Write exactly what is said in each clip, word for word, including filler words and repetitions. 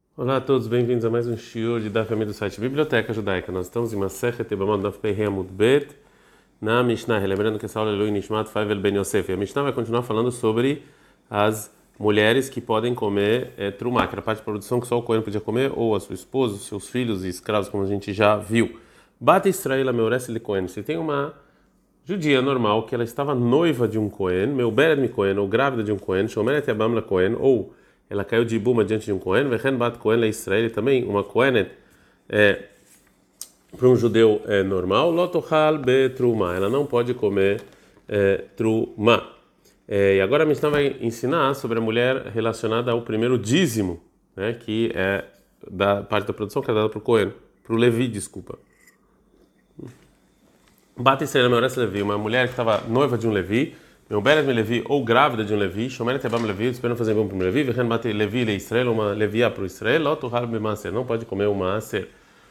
Olá a todos, bem-vindos a mais um shiur de Daf Yomi do site Biblioteca Judaica. Nós estamos em Masechet Yevamot Daf Pei Amud Bet na Mishnah. Lembrando que essa aula é Lui Nishmat Faivel Ben Yosef. E a Mishnah vai continuar falando sobre as mulheres que podem comer é, trumá, que era a parte de produção que só o Cohen podia comer, ou a sua esposa, os seus filhos e escravos, como a gente já viu. Bata Israel Meorese Li Cohen. Se tem uma judia normal que ela estava noiva de um Cohen, meu Bered Mi Cohen, ou grávida de um Cohen, Shomeret Yabam La Cohen, ou ela caiu de buma diante de um Cohen, Vechen Bat Cohen La Israel, também uma Cohenet é, para um judeu é, normal, Lotochal Betruma, ela não pode comer é, truma. É, e agora a Mishnah vai ensinar sobre a mulher relacionada ao primeiro dízimo, né, que é da parte da produção que é dada para o Cohen, para o Levi, desculpa. Bata Israel Meorese Levi, uma mulher que estava noiva de um Levi, meu Bered Mi Levi, ou grávida de um Levi, Shomeret Yabam Levi, esperando fazer bom para um Levi, Vechen Bat Levi Le Israel, uma Levia para o Israel, Lotochal Bemaser, não pode comer uma Aser.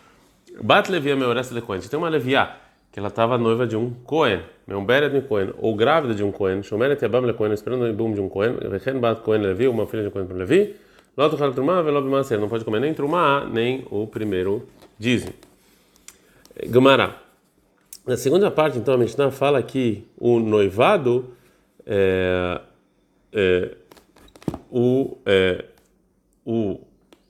Bat Levia Meorese Le Cohen, tem uma Levia que ela estava noiva de um Cohen, meu Bered Mi Cohen, ou grávida de um Cohen, Shomeret Yabam Le Cohen, esperando o bom de um Cohen, Vechen Bat Cohen Levi, uma filha de um Cohen para um Levi, Lotochal Trumá Velo Bemaser, não pode comer nem Trumá, nem o primeiro dízimo. Gemara. Na segunda parte, então, a Mishnah fala que o noivado, é, é, o, é, o,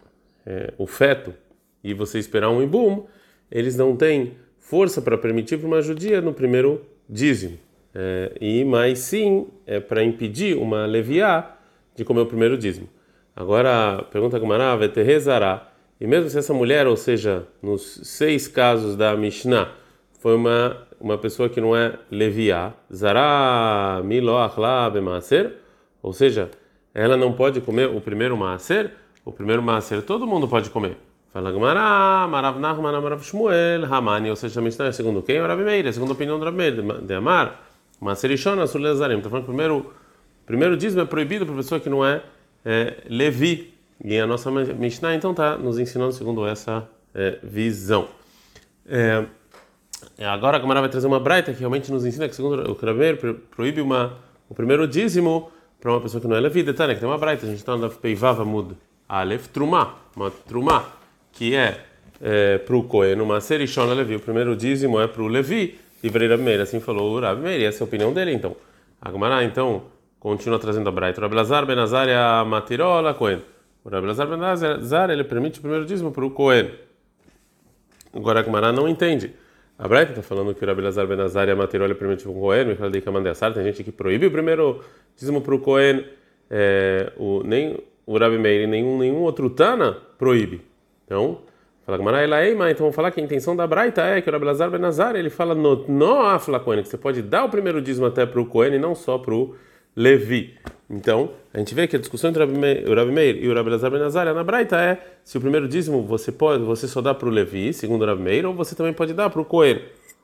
é, o feto e você esperar um ibum, eles não têm força para permitir para uma judia no primeiro dízimo. É, e mas sim é para impedir uma leviá de comer o primeiro dízimo. Agora, pergunta Gumará, veterrezará. E mesmo se essa mulher, ou seja, nos seis casos da Mishnah, foi uma uma pessoa que não é leviá, zará miloach la bemaser, ou seja, ela não pode comer o primeiro maaser, o primeiro maaser todo mundo pode comer. Fala Gemara, marav nachman marav shmuel, hamani, ou seja, a Mishnah segundo quem? O Rabi Meir, segundo a opinião do Rabi Meir, de amar, maaser ishon asul lezarim. Tá falando que o primeiro primeiro dízimo é proibido para pessoa que não é, é levi. E a nossa Mishnah então tá nos ensinando segundo essa é, visão. É, Agora a Gemara vai trazer uma braita que realmente nos ensina que, segundo o Rabi Meir, proíbe uma, o primeiro dízimo para uma pessoa que não é levi. Detalhe, que tem uma braita, a gente está na Peivav Amud Alef, Trumá, uma Trumá, que é, é para o Cohen, uma Serishon Levi. O primeiro dízimo é para o Levi, e para Rabi Meir, assim falou o Rabi Meir, e essa é a opinião dele. Então, a Gemara então continua trazendo a braita. O Rabi Lazar Ben Azar é a Matirola Cohen. O Rabi Lazar Ben Azar, ele permite o primeiro dízimo para o Cohen. Agora a Gemara não entende. A Braita está falando que o Rabi Lazar Ben Azar e a Matirolha permite o Cohen, tem gente que proíbe o primeiro dízimo para o Cohen, é, o, nem o Rabi Meir, nenhum, nenhum outro Tana proíbe. Então, fala Gamara, então vamos falar que a intenção da Braita é que o Rabi Lazar Ben Azar, ele fala no, no afla Cohen, que você pode dar o primeiro dízimo até para o Cohen e não só para o Levi. Então, a gente vê que a discussão entre o Rabi Meir e o Rabi Lazar Ben Azar na Braita é se o primeiro dízimo você pode, você só dá para o Levi, segundo o Rabi Meir, ou você também pode dar para o Cohen.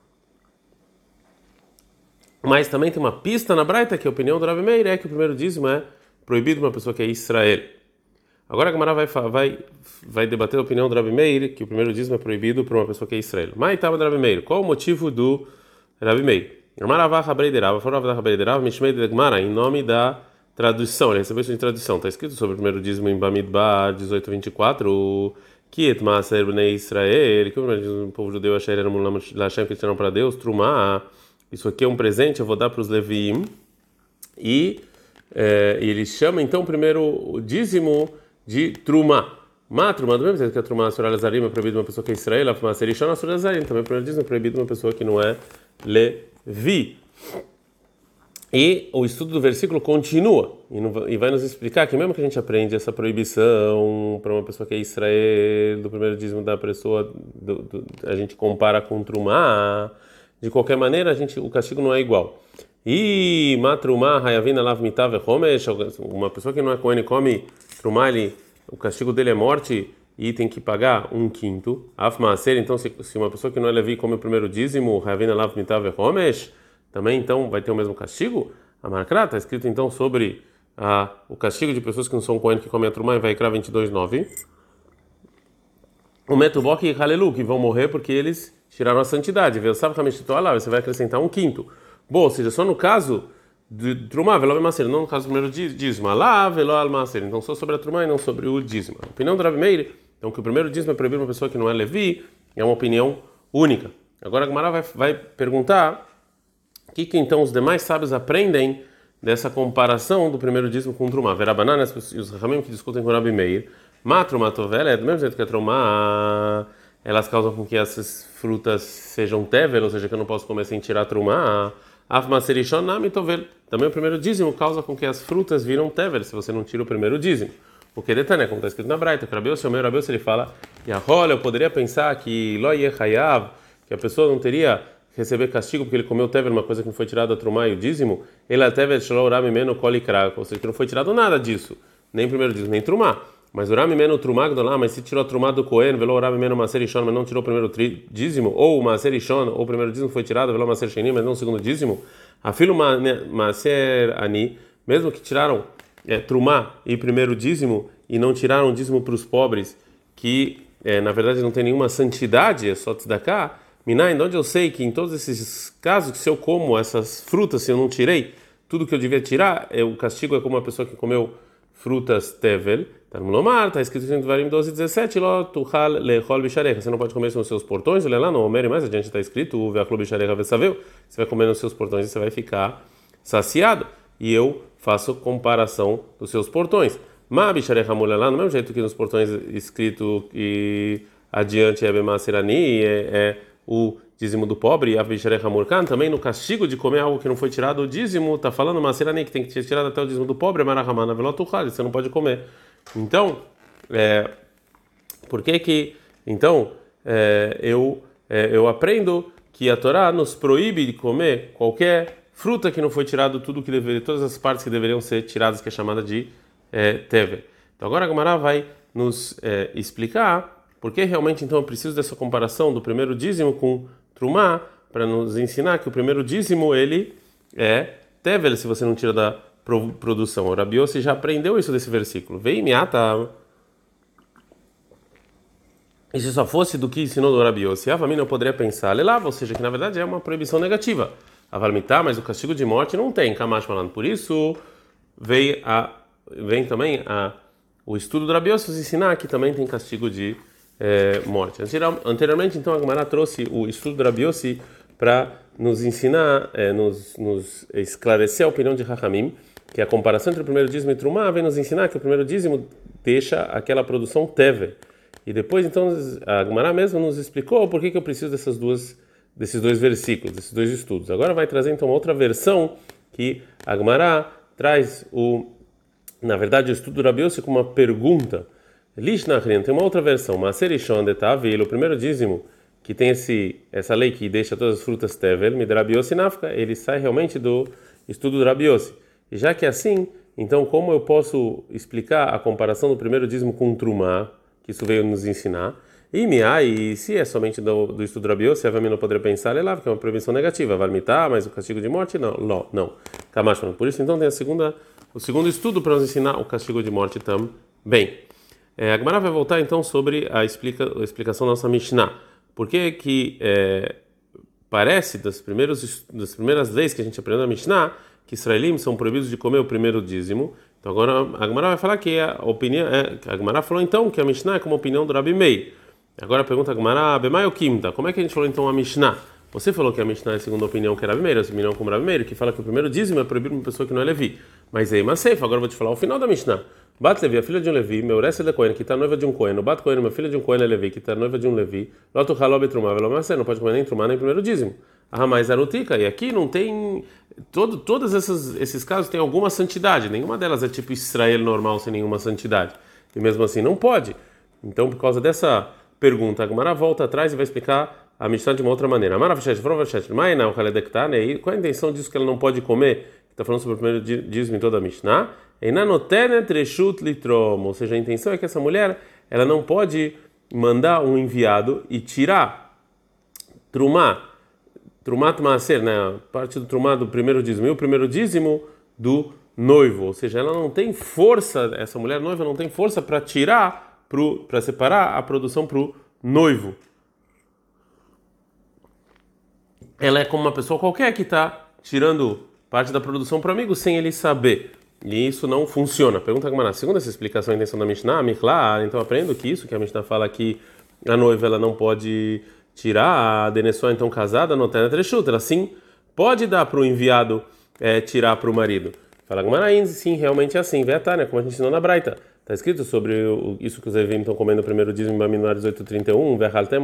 Mas também tem uma pista na Braita que a opinião do Rabi Meir é que o primeiro dízimo é proibido para uma pessoa que é Israel. Agora a Gemara vai, vai, vai debater a opinião do Rabi Meir que o primeiro dízimo é proibido para uma pessoa que é Israel. Mas estava do Rabi Meir. Qual o motivo do Rabi Meir? Em nome da tradução, ele recebeu isso de tradução. Está escrito sobre o primeiro dízimo em Bamidbar dezoito, vinte e quatro, que et maaser bnei Israel, que o povo judeu achar era um Lashem que tiraram para Deus, Trumá. Isso aqui é um presente, eu vou dar para os Leviim. E, é, e ele chama então o primeiro dízimo de Trumá. Ma Trumá, do mesmo jeito que a Trumá Asura Lazarim é proibido uma pessoa que é Israel, a Maaser Ishon Asura Lazarim também o primeiro dízimo é proibido uma pessoa que não é Levi. E o estudo do versículo continua e, não, e vai nos explicar que mesmo que a gente aprende essa proibição para uma pessoa que é Israel, do primeiro dízimo da pessoa, do, do, a gente compara com Trumá, de qualquer maneira a gente, o castigo não é igual. E Matrumá, Hayavina Lav Mitav Homesh, uma pessoa que não é Cohen e come Trumá, ele, o castigo dele é morte e tem que pagar um quinto. Af Maaser, então se, se uma pessoa que não é Levi come o primeiro dízimo, Hayavina Lav Mitav Homesh, também então vai ter o mesmo castigo? A Marcrá está escrito então sobre ah, o castigo de pessoas que não são Cohen que comem a Trumá, em Vaikra vinte e dois, nove. O Metubok e Halelu, que vão morrer porque eles tiraram a santidade. Você vai acrescentar um quinto. Bom, ou seja, só no caso de trumá, veló macer, não no caso do primeiro dízimo, lá, veló al macer, então só sobre a trumá e não sobre o dízimo. A opinião do Rabi Meir, então que o primeiro dízimo é proibir uma pessoa que não é levi, é uma opinião única. Agora a Gemara vai, vai perguntar o que, que então os demais sábios aprendem dessa comparação do primeiro dízimo com o trumá. Verabanan e os Rahamim que discutem com o Rabi Meir, matru tovel é do mesmo jeito que a trumá, elas causam com que essas frutas sejam tevel, ou seja, que eu não posso comer sem tirar trumá. Af maserishon nami tovel. Também o primeiro dízimo causa com que as frutas viram tevel, se você não tira o primeiro dízimo. O que detalhe, como está escrito na Braita, que Rabios, o meu Rabios, ele fala, Yahol, eu poderia pensar que lo yechayav, que a pessoa não teria que receber castigo porque ele comeu tevel, uma coisa que não foi tirada da trumá e o dízimo, ele a tevel shelo rami meno kol ikrak, ou seja, que não foi tirado nada disso, nem o primeiro dízimo, nem trumá. Mas o rami meno trumá gdolá, mas se tirou a trumá do Cohen, velo rami meno maserishon, mas não tirou o primeiro dízimo, ou o maserishon, ou o primeiro dízimo foi tirado, velo maser sheni, mas não o segundo dízimo, afilo maser ani, mesmo que tiraram é, trumá e primeiro dízimo e não tiraram o dízimo para os pobres, que é, na verdade não tem nenhuma santidade, é só tzedakah, minai, de onde eu sei que em todos esses casos, que se eu como essas frutas, se eu não tirei tudo que eu devia tirar, é, o castigo é como uma pessoa que comeu frutas tevel, tá no Lomar, tá escrito em Devarim doze, dezessete, lo tuchal lechol bisharecha, você não pode comer nos seus portões, olha lá no Omer, mais adiante está escrito, o veachlo bisharecha vesaveu, você vai comer nos seus portões e você vai ficar saciado, e eu faço comparação dos seus portões. Ma bisharecha mulher lá, no mesmo jeito que nos portões escrito e adiante é bemaserani, é, é o dízimo do pobre, e a bisharecha murkan, também no castigo de comer algo que não foi tirado o dízimo, tá falando maserani, que tem que ser tirado até o dízimo do pobre, marahamana velotuchal, você não pode comer. Então, é, por que que, então, é, eu, é, eu aprendo que a Torá nos proíbe de comer qualquer fruta que não foi tirado tudo que deveria, todas as partes que deveriam ser tiradas, que é chamada de é, tevel. Então agora a Gemara vai nos é, explicar por que realmente então eu preciso dessa comparação do primeiro dízimo com trumá, para nos ensinar que o primeiro dízimo ele é tevel, se você não tira da produção. O Rabi Yossi já aprendeu isso desse versículo. Vei miata. E se só fosse do que ensinou do Rabi Yossi, a família não poderia pensar, lelava, ou seja, que na verdade é uma proibição negativa. A valmitá, mas o castigo de morte não tem. Kamash falando. Por isso vem a vem também a o estudo do Rabi Yossi nos ensinar que também tem castigo de é, morte. Anteriormente, então, a Gemara trouxe o estudo do Rabi Yossi para nos ensinar, é, nos, nos esclarecer a opinião de Hachamim, que a comparação entre o primeiro dízimo e Trumá vem nos ensinar que o primeiro dízimo deixa aquela produção tevel. E depois, então, a Gemara mesmo nos explicou por que, que eu preciso dessas duas, desses dois versículos, desses dois estudos. Agora vai trazer, então, uma outra versão que a Gemara traz, o, na verdade, o estudo do Rabi Yossi com uma pergunta. Lishnachrin, tem uma outra versão, Maserishon de Tavil, o primeiro dízimo, que tem esse, essa lei que deixa todas as frutas tevel, Midrabi Yossi Nafka, ele sai realmente do estudo do Rabi Yossi. E já que é assim, então como eu posso explicar a comparação do primeiro dízimo com o Trumá, que isso veio nos ensinar, e Miá, e se é somente do, do estudo do Rabi Yossi, a família não poderia pensar, lá, porque é uma proibição negativa, Varmitá, mas o castigo de morte, não, não, não. Kamash, por isso então tem a segunda, o segundo estudo para nos ensinar o castigo de morte também. É, a Gemara vai voltar então sobre a, explica, a explicação da nossa Mishnah. Por que que é, parece, das, primeiros, das primeiras leis que a gente aprendeu na Mishnah, que israelim são proibidos de comer o primeiro dízimo. Então agora a Gemara vai falar que a opinião, é, a Gemara falou então que a Mishnah é como a opinião do Rabi Meir. Agora pergunta a Gemara, Bemai ou Kimta, como é que a gente falou então a Mishnah? Você falou que a Mishnah é a segunda opinião que é Rabi Meir, a opinião como Rabi Meir, que fala que o primeiro dízimo é proibido uma pessoa que não é Levi. Mas aí, Masef, agora eu vou te falar o final da Mishnah. Bat Levi, a filha de um Levi, meu Meuressa de Cohen, que está noiva de um Cohen, Bat Cohen, uma filha de um Cohen é Levi, que está noiva de um Levi, Lotu Halob Trumá, Velomassé, não pode comer nem Trumá nem primeiro dízimo. Ah, mas Arutica, e aqui não tem. Todo, todos esses, esses casos têm alguma santidade, nenhuma delas é tipo Israel normal sem nenhuma santidade. E mesmo assim não pode. Então, por causa dessa pergunta, a Gemara volta atrás e vai explicar a Mishnah de uma outra maneira. Qual é a intenção disso que ela não pode comer? Está falando sobre o primeiro dízimo em toda a Mishnah. Ou seja, a intenção é que essa mulher ela não pode mandar um enviado e tirar trumá, trumat maaser, né, parte do trumá do primeiro dízimo e o primeiro dízimo do noivo. Ou seja, ela não tem força, essa mulher noiva não tem força para tirar, para separar a produção para o noivo. Ela é como uma pessoa qualquer que está tirando parte da produção para o amigo sem ele saber. E isso não funciona. Pergunta Gamara, segundo essa explicação e intenção da Mishnah, Miklar, então aprendo que isso que a Mishnah fala que a noiva ela não pode tirar a Denesó então casada, não tem trechut, ela sim pode dar para o enviado é, tirar para o marido. Fala Gamara, sim, realmente é assim, Veatá, né? Como a gente ensinou na Braita. Está escrito sobre o, isso que os Evim estão comendo no primeiro dízimo em Baminuar dezoito trinta e um,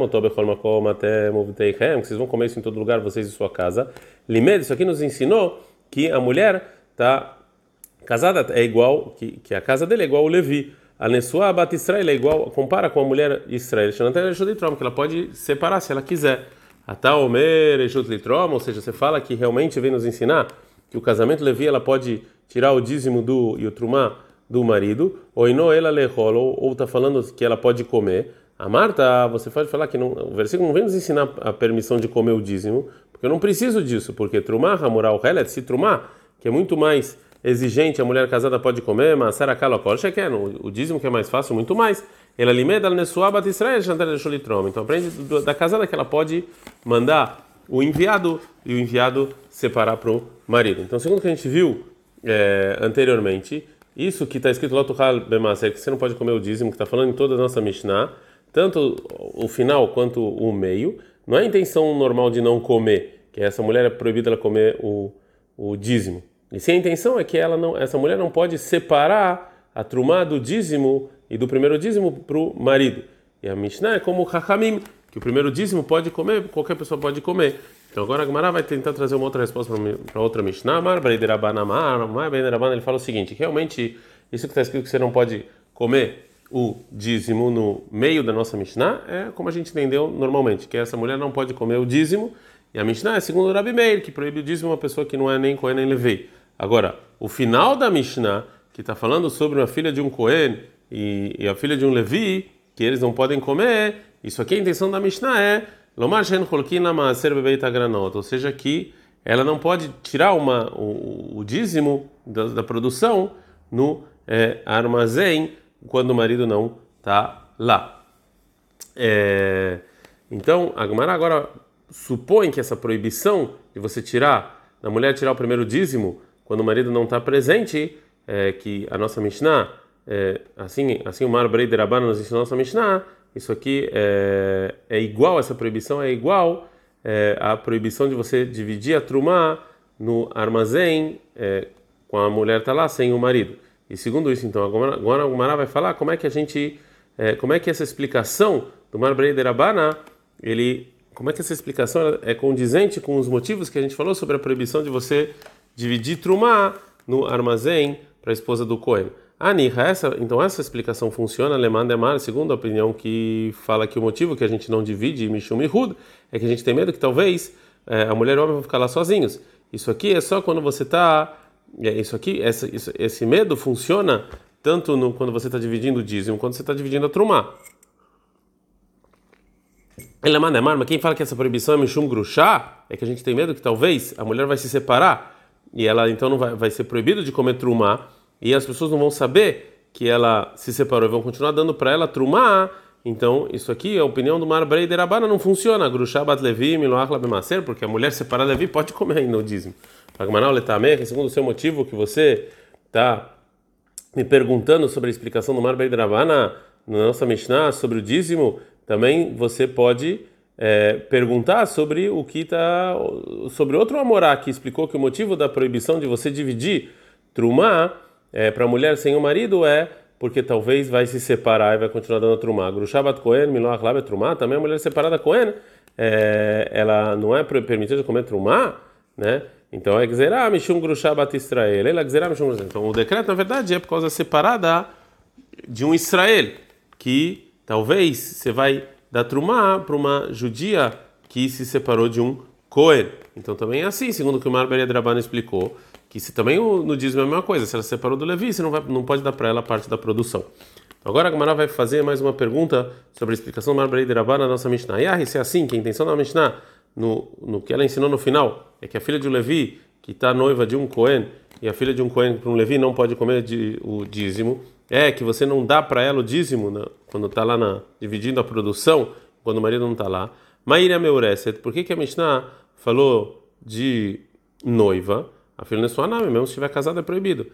que vocês vão comer isso em todo lugar, vocês e sua casa. Limed, isso aqui nos ensinou que a mulher está casada, é igual, que, que a casa dele é igual ao Levi. A Nesua Bat Israel é igual, compara com a mulher Israel, que ela pode separar se ela quiser. Ata Omer, Eshut Litrom, ou seja, você fala que realmente vem nos ensinar que o casamento Levi ela pode tirar o dízimo do e o trumá do marido, ou ino ela lehol, ou está falando que ela pode comer. A Marta, você pode falar que não, o versículo não vem nos ensinar a permissão de comer o dízimo, porque eu não preciso disso, porque trumá, hamural, helet, se trumá, que é muito mais exigente, a mulher casada pode comer, mas sarakalokol, o dízimo que é mais fácil, muito mais. Ela limeda al nesua bat Israel, então aprende da casada que ela pode mandar o enviado e o enviado separar para o marido. Então, segundo o que a gente viu é, anteriormente, isso que está escrito lá, que você não pode comer o dízimo, que está falando em toda a nossa Mishnah, tanto o final quanto o meio, não é a intenção normal de não comer, que essa mulher é proibida ela comer o, o dízimo. E sim a intenção é que ela não, essa mulher não pode separar a trumá do dízimo e do primeiro dízimo para o marido. E a Mishnah é como o Chachamim, que o primeiro dízimo pode comer, qualquer pessoa pode comer. Então agora a Gemara vai tentar trazer uma outra resposta para outra Mishnah. Ele fala o seguinte, realmente isso que está escrito que você não pode comer o dízimo no meio da nossa Mishnah é como a gente entendeu normalmente, que essa mulher não pode comer o dízimo, e a Mishnah é segundo o Rabi Meir, que proíbe o dízimo uma pessoa que não é nem Cohen nem Levei. Agora, o final da Mishnah, que está falando sobre uma filha de um Cohen e, e a filha de um Levi, que eles não podem comer, isso aqui a intenção da Mishnah é Lomar Shen Cholkina Maaser Bebeit Agranot, ou seja, que ela não pode tirar uma, o, o dízimo da, da produção no é, armazém quando o marido não está lá. É, então, a Gemara agora supõe que essa proibição de você tirar, da mulher tirar o primeiro dízimo quando o marido não está presente, é, que a nossa Mishnah, é, assim, assim o Mar Brei de Rabban nos ensinou a nossa Mishnah, isso aqui é, é igual, essa proibição é igual é, à proibição de você dividir a trumá no armazém é, com a mulher está lá sem o marido. E segundo isso, então, agora o Mará vai falar como é que a gente, é, como é que essa explicação do Mar Brei de Rabban, ele, como é que essa explicação é condizente com os motivos que a gente falou sobre a proibição de você dividir trumá no armazém para a esposa do Cohen. Aniha, essa, então essa explicação funciona, Leman Demar, segundo a opinião que fala que o motivo que a gente não divide Mishum Ihud é que a gente tem medo que talvez é, a mulher e o homem vão ficar lá sozinhos. Isso aqui é só quando você está, é, isso aqui, essa, isso, esse medo funciona tanto no, quando você está dividindo o dízimo, quando você está dividindo a trumá. Leman Demar, mas quem fala que essa proibição é Mishum Grushá é que a gente tem medo que talvez a mulher vai se separar e ela então não vai, vai ser proibido de comer trumá. E as pessoas não vão saber que ela se separou e vão continuar dando para ela trumá. Então, isso aqui, a opinião do Mar Brei de Rabban não funciona. Grusha bat Levi, Miloach Labemaser, porque a mulher separada Levi pode comer ainda o dízimo. Pagmanal Letameh, segundo o seu motivo que você está me perguntando sobre a explicação do Mar Brei de Rabban na nossa Mishnah sobre o dízimo, também você pode é, perguntar sobre o que está. Sobre outro Amorá que explicou que o motivo da proibição de você dividir trumá É, para a mulher sem o marido é porque talvez vai se separar e vai continuar dando trumá. Grushabat Cohen, Miloach Labe trumá, também a mulher separada Cohen, é, ela não é permitida de comer trumá, né? Então é Gzerah Mishum Grushabat Israel. Ela Gzerah Mishum Grushabat. Então o decreto na verdade é por causa separada de um Israel, que talvez você vai dar trumá para uma judia que se separou de um Cohen. Então também é assim, segundo o que o Mar Brei de Rabban explicou, que se também no dízimo é a mesma coisa, se ela se separou do Levi, você não, vai, não pode dar para ela a parte da produção. Então, agora a Gemara vai fazer mais uma pergunta sobre a explicação do Mar Brei de Rabban na nossa Mishnah. E ah, se é assim, que a intenção da Mishnah, no, no que ela ensinou no final, é que a filha de um Levi, que está noiva de um Cohen, e a filha de um Cohen para um Levi não pode comer de, o dízimo, é que você não dá para ela o dízimo né, quando está lá na, dividindo a produção, quando o marido não está lá. Maíra Meureset, por que, que a Mishnah falou de noiva? A filha Nessuanami, mesmo se estiver casada, é proibido.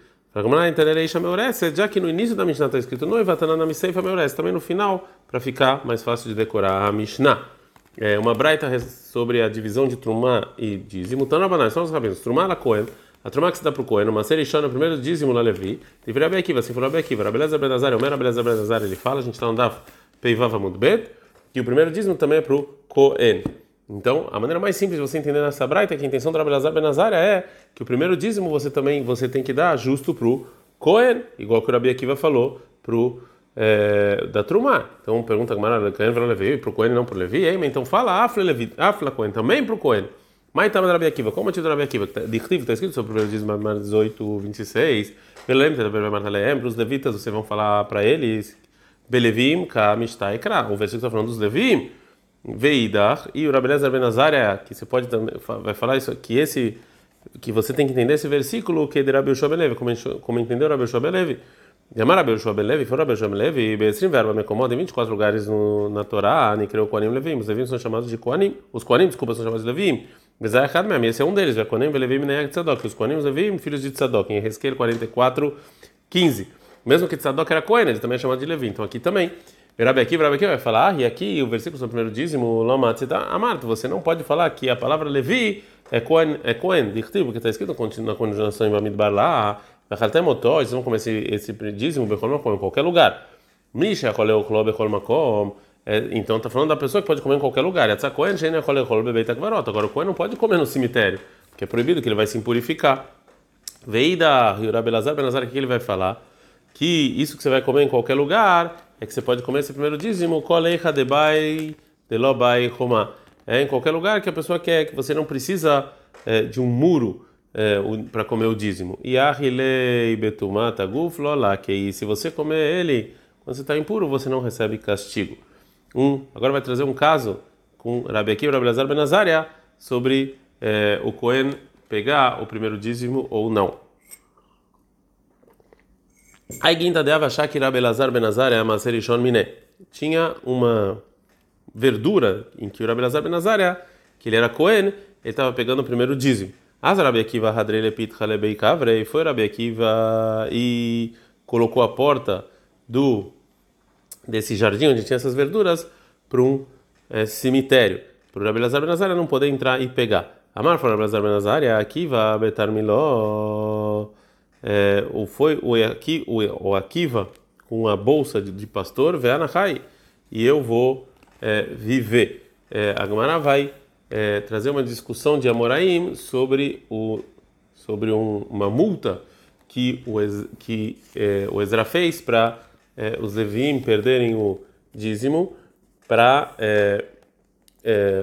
Já que no início da Mishnah está escrito noiva, Tananami Seifa Meures, também no final, para ficar mais fácil de decorar a Mishnah. É uma braita sobre a divisão de Trumá e dízimo. Tanabanai, são os rabinos. Trumá la Cohen, a Trumá que se dá para o Cohen, uma serishá no primeiro dízimo la Levi, deveria bem aqui, assim falou bem aqui, Rabeleza Benazar, o Mera Beleza Benazar, ele fala, a gente está andando Peivava Mudbet, que o primeiro dízimo também é para o Cohen. Então, a maneira mais simples de você entender nessa braita é que a intenção do Rabelazar Benazar é que o primeiro dízimo você também você tem que dar justo para o Cohen, igual que o Rabi Akiva falou para o é, da Trumá. Então, pergunta como era Cohen para o Levi, para o Cohen e não para o Levi. Ei, então fala Afla Levi, Afla Cohen também para o Cohen. Mas estava no Rabi Akiva. Qual o motivo do Rabi Akiva? Dictivo está escrito sobre o primeiro dízimo, Mar dezoito, vinte e seis. Para os levitas, vocês vão falar para eles Belevim, Ka, Mishtai, Kra. O versículo está falando dos Levim. Veidar e o Rabeleza Benazar, que você pode vai falar isso que esse que você tem que entender esse versículo que é de Rabi Yoshua ben Levi, como como entendeu Rabi Yoshua ben Levi. Yamar Rabi Yoshua ben Levi, foi Rabi Yoshua ben Levi, Be'esrim verba me acomoda em vinte e quatro lugares no, na Torá, nem criou Koanim Levim, os Levim são chamados de Koanim, os Koanim, desculpa, são chamados de Levim. Bezai Echad mesmo, esse é um deles, Koanim Levim nem Tzadok, os Koanim Levim, filhos de Tzadok, em Ezequiel quarenta e quatro, quinze. Mesmo que Tzadok era Kohen, ele também é chamado de Levim. Então aqui também Rabi Akiva, Rabi Akiva vai falar, ah, e aqui o versículo sobre o primeiro dízimo, Amarto, você não pode falar que a palavra Levi é Cohen, é Cohen, porque está escrito na conjugação em Bamidbar lá, vocês vão comer esse, esse dízimo em qualquer lugar. Misha, então está falando da pessoa que pode comer em qualquer lugar. Agora o Cohen não pode comer no cemitério, porque é proibido, que ele vai se impurificar. Veida, Rabelazar Benazar, o que ele vai falar? Que isso que você vai comer em qualquer lugar é que você pode comer esse primeiro dízimo, é em qualquer lugar que a pessoa quer, que você não precisa é, de um muro é, para comer o dízimo. E que se você comer ele quando você está impuro, você não recebe castigo. Um, agora vai trazer um caso com Rabi Akiva e Rabelazar Benazar sobre é, o Cohen pegar o primeiro dízimo ou não. Aí Guinta deve achar que Rabelazar Benazar é a Maserishon Miné. Tinha uma verdura em que o Rabelazar Benazar, que ele era Cohen, ele estava pegando o primeiro dízimo. As Rabi Akiva Hadrei Lepit Halebei Kavrei, foi Rabi Akiva e colocou a porta do desse jardim onde tinha essas verduras para um é, cemitério, para o Rabelazar Benazar não poder entrar e pegar. Amar foi Rabelazar Benazar, Akiva Betar Miló. É, o foi o, aqui, o, o Akiva com a bolsa de, de pastor, Ve'anachai, e eu vou é, viver. É, a Gemara vai é, trazer uma discussão de Amoraim sobre, o, sobre um, uma multa que o, que, é, o Ezra fez para é, os Levim perderem o dízimo para é, é,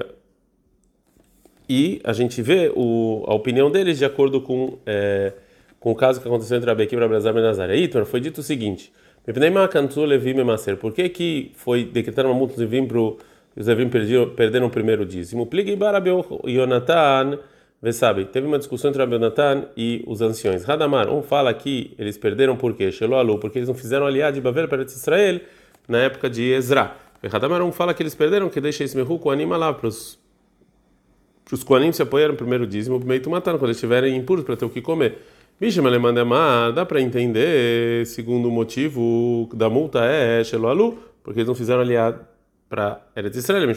e a gente vê o, a opinião deles de acordo com é, com o caso que aconteceu entre Rabi Akiva e Rabelazar Benazar. Eitor, foi dito o seguinte: por que que foi decretada uma multa dos Levim para os Levim perderam o primeiro dízimo? Pligue Rabi Yonatan, vê sabe, teve uma discussão entre Rabi Yonatan e os anciões. Radamar, um fala que eles perderam por quê? Sheloalu, porque eles não fizeram aliado de Bavel para Israel na época de Ezra. Radamar, um fala que eles perderam, que deixa esse mehu com anima lá para os para os Koanim se apoiaram no primeiro dízimo, meio matando quando eles estiverem impuros para ter o que comer. Bicho, mas dá para entender, segundo o motivo da multa é Sheloalu, porque eles não fizeram aliado para Eretz Israel,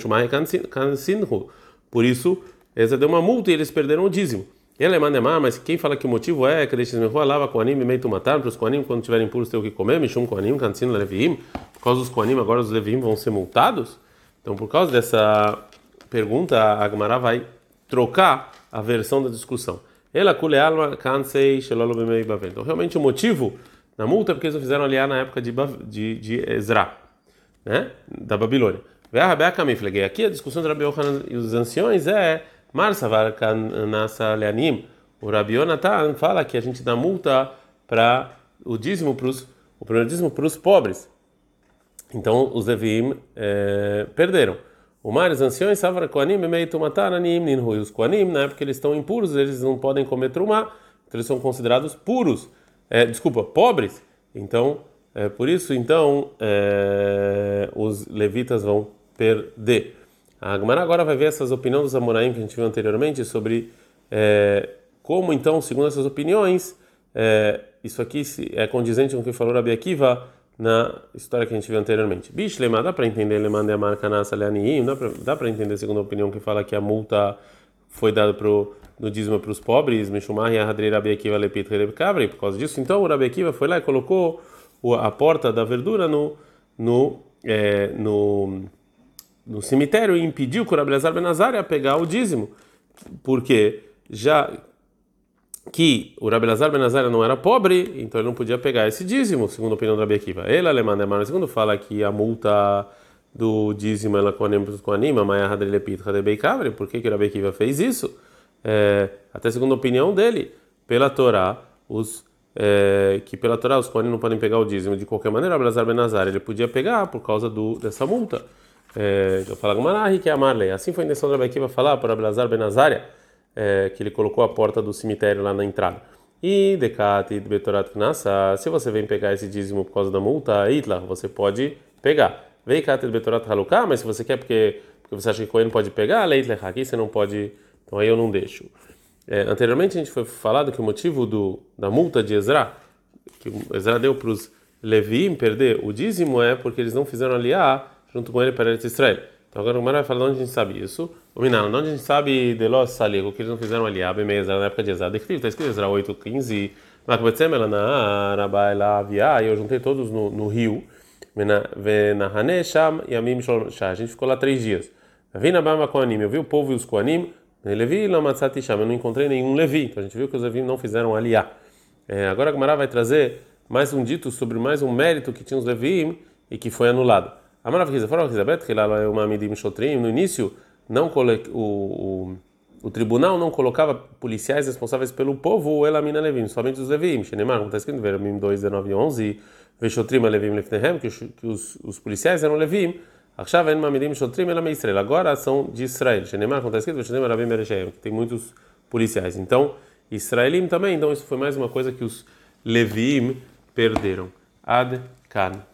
por isso, essa deu uma multa e eles perderam o dízimo. Ele é mandemar, mas quem fala que o motivo é que eles lava Koanim e meio matar para os Koanim quando estiverem impuros ter o que comer, Mishum Koanim, Kansin Leviim, por causa dos Koanim agora os Leviim vão ser multados? Então, por causa dessa pergunta, a Gemara vai trocar a versão da discussão. Ela alma cansei Então, realmente o motivo da multa é porque eles não fizeram aliar na época de, de, de Ezra, né? Da Babilônia. Aqui a discussão entre Rabi Yochanan e os anciões é Marsavar Kanasa Leanim. O Rabi Yonatan fala que a gente dá multa para o dízimo para os o primeiro dízimo para os pobres. Então os Levim é, perderam. O mar, os anciões, Savra Koanim, Meitu Matar, Anim, Ninhu. E os Koanim, na época que eles estão impuros, eles não podem comer trumá, então eles são considerados puros. É, desculpa, pobres. Então, é, por isso, então, é, os levitas vão perder. A Gemara agora vai ver essas opiniões dos Amoraim que a gente viu anteriormente sobre é, como então, segundo essas opiniões, é, isso aqui é condizente com o que falou Rabi Akiva na história que a gente viu anteriormente. Bishlema, dá para entender, Lemande Amar Kanasa Leaniim, dá para entender, segundo a opinião que fala que a multa foi dada pro, no dízimo para os pobres, Meshumah e Hadrei Rabi Akiva Lepit Reb Kavri, por causa disso. Então o Rabi Akiva foi lá e colocou a porta da verdura no, no, é, no, no cemitério e impediu que o Rabi Elazar Ben Azaria pegar o dízimo, porque já que o Rabi Elazar Ben Azaria não era pobre, então ele não podia pegar esse dízimo, segundo a opinião do Rabi Akiva. Ele, alemão, é segundo fala que a multa do dízimo ela com a anima, Maya Hadrei Lepit Hadebei Kavri, por que que o Rabi Akiva fez isso? É, até segundo a opinião dele, pela Torá, os é, que pela Torá os Kohanim não podem pegar o dízimo de qualquer maneira, o Rabi Elazar Ben Azaria ele podia pegar por causa do, dessa multa. É, eu falo Gamarahi que é a Marley. Assim foi a intenção do Rabi Akiva falar para o Rabi Elazar Ben Azaria, É, que ele colocou a porta do cemitério lá na entrada. E Decat e Betorat Knassa, se você vem pegar esse dízimo por causa da multa, Itla, você pode pegar. Vem Kat e Betorat Haluká, mas se você quer porque, porque você acha que o Cohen pode pegar, Leitle aqui você não pode, então aí eu não deixo. É, anteriormente a gente foi falado que o motivo do, da multa de Ezra, que o Ezra deu para os Leviim perder o dízimo é porque eles não fizeram aliar junto com ele para Eretz Israel. Então agora o Gemara vai falar de onde a gente sabe isso. O Minano, de onde a gente sabe de Los Saligo, que eles não fizeram aliar, bem meio na época de Ezra. Está escrito Ezra oito, quinze, Macbetzem, ela na Arabai, lá, Avia, e eu juntei todos no, no rio. Venahane, Sham, Yamim, Shah. A gente ficou lá três dias. Vina Bama Koanim, eu vi o povo e os Koanim, Levi, Lamatzati, Sham. Eu não encontrei nenhum Levi. Então a gente viu que os Levi não fizeram aliar. É, agora a Gemara vai trazer mais um dito sobre mais um mérito que tinha os Levi e que foi anulado. A maravilha fora Elizabeth, que lá é uma Midim Shotrim, no início não cole... o, o, o tribunal não colocava policiais responsáveis pelo povo ou Elamina Levim, somente os Levim. Shenemar, como está escrito em Vermim dois, dezenove e onze, Veshotrim Levim Lefnehem, que os, os policiais eram Levim. Achava em Mamidim Shotrim Elam Israel. Agora são de Israel. Shenemar, como está escrito, Veshotrim Rabim Bereshem, que tem muitos policiais. Então, Israelim também. Então isso foi mais uma coisa que os Levim perderam. Ad Kan.